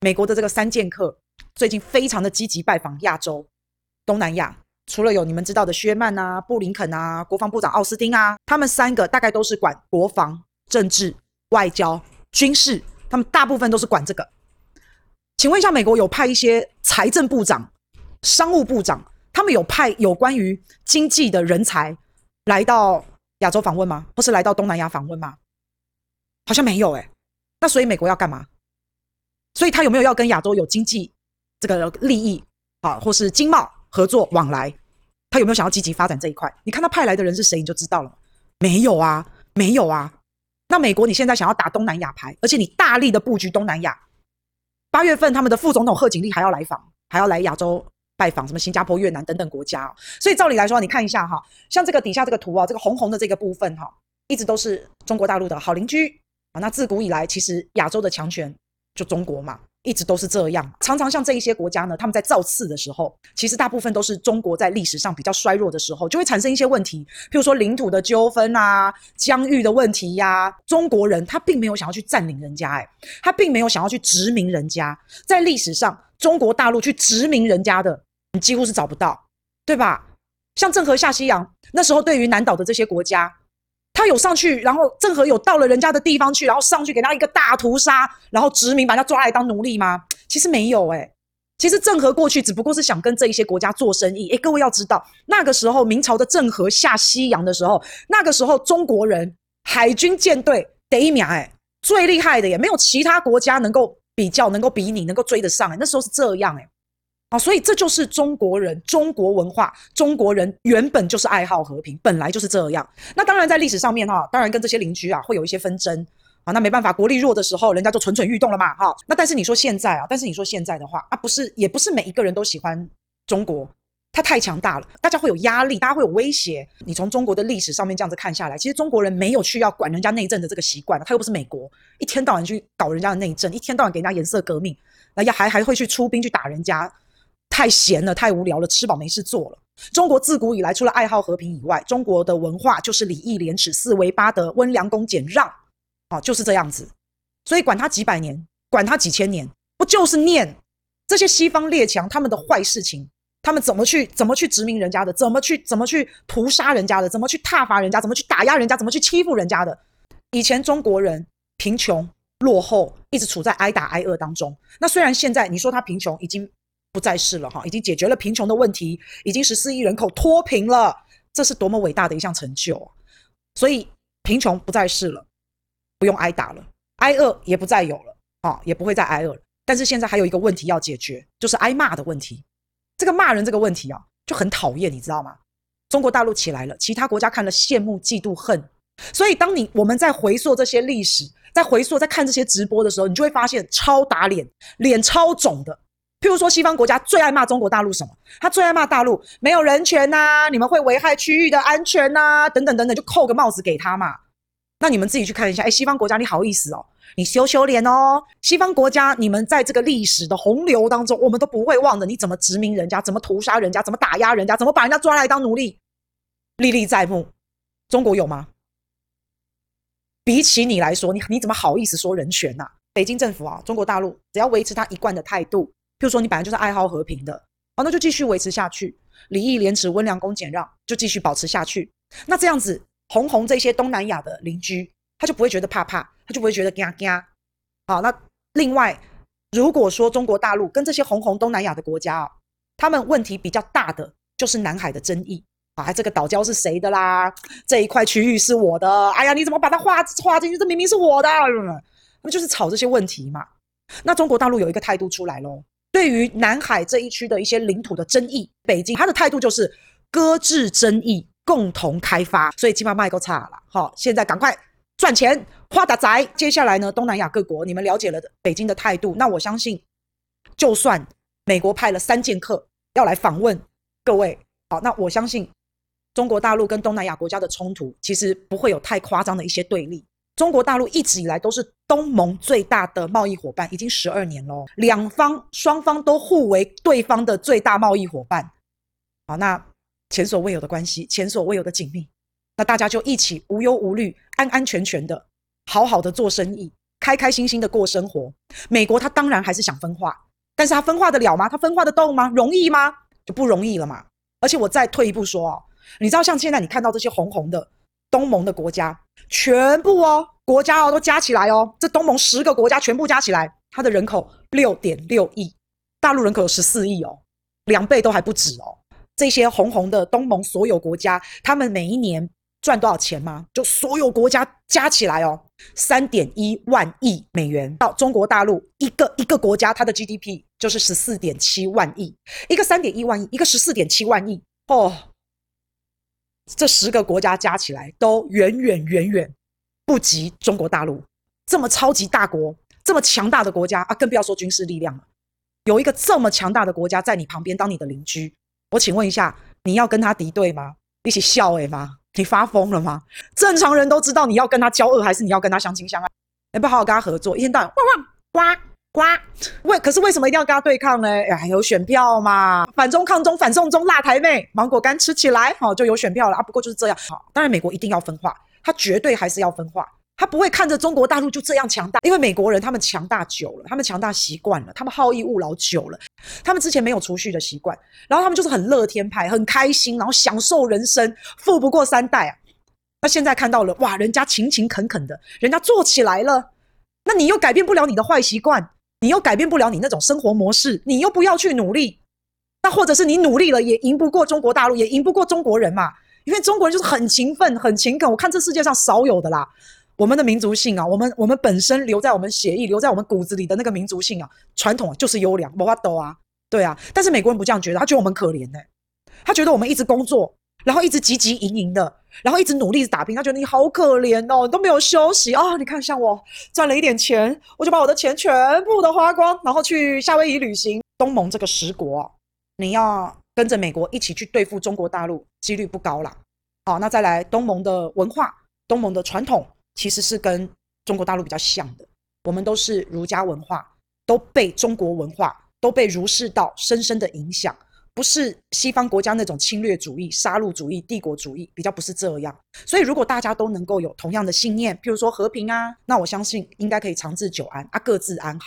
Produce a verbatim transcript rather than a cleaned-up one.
美国的这个三剑客最近非常的积极拜访亚洲、东南亚，除了有你们知道的薛曼啊、布林肯啊、国防部长奥斯汀啊，他们三个大概都是管国防、政治、外交、军事，他们大部分都是管这个。请问一下，美国有派一些财政部长、商务部长，他们有派有关于经济的人才来到亚洲访问吗？或是来到东南亚访问吗？好像没有欸。那所以美国要干嘛？所以他有没有要跟亚洲有经济这个利益啊，或是经贸合作往来？他有没有想要积极发展这一块？你看他派来的人是谁，你就知道了。没有啊，没有啊。那美国你现在想要打东南亚牌，而且你大力的布局东南亚。八月份他们的副总统贺锦丽还要来访，还要来亚洲拜访什么新加坡、越南等等国家、哦、所以照理来说，你看一下哈，像这个底下这个图啊，这个红红的这个部分哈，一直都是中国大陆的好邻居啊。那自古以来，其实亚洲的强权就中国嘛，一直都是这样。常常像这一些国家呢，他们在造次的时候，其实大部分都是中国在历史上比较衰弱的时候，就会产生一些问题，譬如说领土的纠纷啊、疆域的问题呀、啊。中国人他并没有想要去占领人家、欸，他并没有想要去殖民人家。在历史上，中国大陆去殖民人家的，你几乎是找不到，对吧？像郑和下西洋那时候，对于南岛的这些国家，他有上去，然后郑和有到了人家的地方去，然后上去给他一个大屠杀，然后殖民把他抓来当奴隶吗？其实没有欸。其实郑和过去只不过是想跟这一些国家做生意。诶，各位要知道，那个时候明朝的郑和下西洋的时候，那个时候中国人海军舰队第一名，诶，最厉害的也没有其他国家能够比较，能够比拟，能够追得上。诶，那时候是这样诶。啊，所以这就是中国人、中国文化，中国人原本就是爱好和平，本来就是这样。那当然在历史上面哈，当然跟这些邻居啊会有一些纷争啊，那没办法，国力弱的时候，人家就蠢蠢欲动了嘛，哈。那但是你说现在啊，但是你说现在的话啊，不是，也不是每一个人都喜欢中国，它太强大了，大家会有压力，大家会有威胁。你从中国的历史上面这样子看下来，其实中国人没有去要管人家内政的这个习惯，他又不是美国，一天到晚去搞人家的内政，一天到晚给人家颜色革命，那还还会去出兵去打人家。太闲了，太无聊了，吃饱没事做了。中国自古以来，除了爱好和平以外，中国的文化就是礼义廉耻、四维八德、温良恭俭让，啊，就是这样子。所以管他几百年，管他几千年，不就是念这些西方列强他们的坏事情，他们怎么去怎么去殖民人家的，怎么去怎么去屠杀人家的，怎么去挞伐人家，怎么去打压人家，怎么去欺负人家的。以前中国人贫穷落后，一直处在挨打挨饿当中。那虽然现在你说他贫穷已经不再是了哈，已经解决了贫穷的问题，已经十四亿人口脱贫了，这是多么伟大的一项成就。所以贫穷不再是了，不用挨打了，挨饿也不再有了啊，也不会再挨饿了。但是现在还有一个问题要解决，就是挨骂的问题。这个骂人这个问题啊，就很讨厌，你知道吗？中国大陆起来了，其他国家看了羡慕、嫉妒、恨。所以当你我们在回溯这些历史，在回溯在看这些直播的时候，你就会发现超打脸，脸超肿的。譬如说西方国家最爱骂中国大陆什么？他最爱骂大陆没有人权啊，你们会危害区域的安全啊，等等等等，就扣个帽子给他嘛。那你们自己去看一下，哎，西方国家你好意思哦，你羞羞脸哦。西方国家你们在这个历史的洪流当中，我们都不会忘的，你怎么殖民人家，怎么屠杀人家，怎么打压人家，怎么把人家抓来当奴隶，历历在目。中国有吗？比起你来说，你你怎么好意思说人权啊？北京政府啊，中国大陆只要维持他一贯的态度，譬如说你本来就是爱好和平的，哦，那就继续维持下去，礼义廉耻、温良恭俭让就继续保持下去。那这样子，红红这些东南亚的邻居，他就不会觉得怕怕，他就不会觉得怕怕。好，那另外，如果说中国大陆跟这些红红东南亚的国家啊，他们问题比较大的就是南海的争议啊，这个岛礁是谁的啦？这一块区域是我的，哎呀，你怎么把它划划进去？这明明是我的，那就是吵这些问题嘛。那中国大陆有一个态度出来咯，对于南海这一区的一些领土的争议，北京他的态度就是搁置争议，共同开发。所以基本上卖够差了，好，现在赶快赚钱，花大财。接下来呢，东南亚各国你们了解了北京的态度，那我相信，就算美国派了三剑客要来访问各位，好，那我相信中国大陆跟东南亚国家的冲突其实不会有太夸张的一些对立。中国大陆一直以来都是东盟最大的贸易伙伴，已经十二年了，两方双方都互为对方的最大贸易伙伴。好，那前所未有的关系，前所未有的紧密，那大家就一起无忧无虑、安安全全的好好的做生意， 开开心心的过生活。美国他当然还是想分化，但是他分化得了吗？他分化得动吗？容易吗？就不容易了嘛。而且我再退一步说哦，你知道像现在你看到这些红红的东盟的国家，全部哦国家哦都加起来哦，这东盟十个国家全部加起来，它的人口 六点六亿，大陆人口有十四亿哦，两倍都还不止哦。这些红红的东盟所有国家，他们每一年赚多少钱吗？就所有国家加起来哦， 三点一万亿美元。到中国大陆一个一个国家它的 G D P 就是 十四点七万亿，一个 三点一万亿，一个 十四点七万亿哦。这十个国家加起来都远远远远不及中国大陆这么超级大国，这么强大的国家啊，更不要说军事力量了。有一个这么强大的国家在你旁边当你的邻居，我请问一下，你要跟他敌对吗？一起笑诶吗？你发疯了吗？正常人都知道你要跟他交恶，还是你要跟他相亲相爱？要不要好好跟他合作？一天到晚汪汪呱呱，为可是为什么一定要跟他对抗呢？哎，有选票嘛，反中抗中反送中辣台妹，芒果干吃起来，好、哦、就有选票了啊。不过就是这样，好，当然美国一定要分化，他绝对还是要分化。他不会看着中国大陆就这样强大，因为美国人他们强大久了，他们强大习惯了，他们好逸恶劳久了，他们之前没有储蓄的习惯，然后他们就是很乐天派，很开心，然后享受人生，富不过三代啊。那现在看到了，哇，人家勤勤恳恳的，人家做起来了，那你又改变不了你的坏习惯，你又改变不了你那种生活模式，你又不要去努力，那或者是你努力了也赢不过中国大陆，也赢不过中国人嘛，因为中国人就是很勤奋很勤恳，我看这世界上少有的啦。我们的民族性啊，我们我们本身留在我们血液留在我们骨子里的那个民族性啊，传统、啊、就是优良，没法斗啊，对啊。但是美国人不这样觉得，他觉得我们可怜呢、欸，他觉得我们一直工作，然后一直汲汲营营的，然后一直努力一直打拼，他觉得你好可怜哦，你都没有休息啊、哦！你看，像我赚了一点钱，我就把我的钱全部都花光，然后去夏威夷旅行。东盟这个十国、啊，你要跟着美国一起去对付中国大陆，几率不高啦。好，那再来东盟的文化，东盟的传统。其实是跟中国大陆比较像的，我们都是儒家文化，都被中国文化都被儒释道深深的影响，不是西方国家那种侵略主义、杀戮主义、帝国主义，比较不是这样。所以如果大家都能够有同样的信念，譬如说和平啊，那我相信应该可以长治久安啊，各自安好。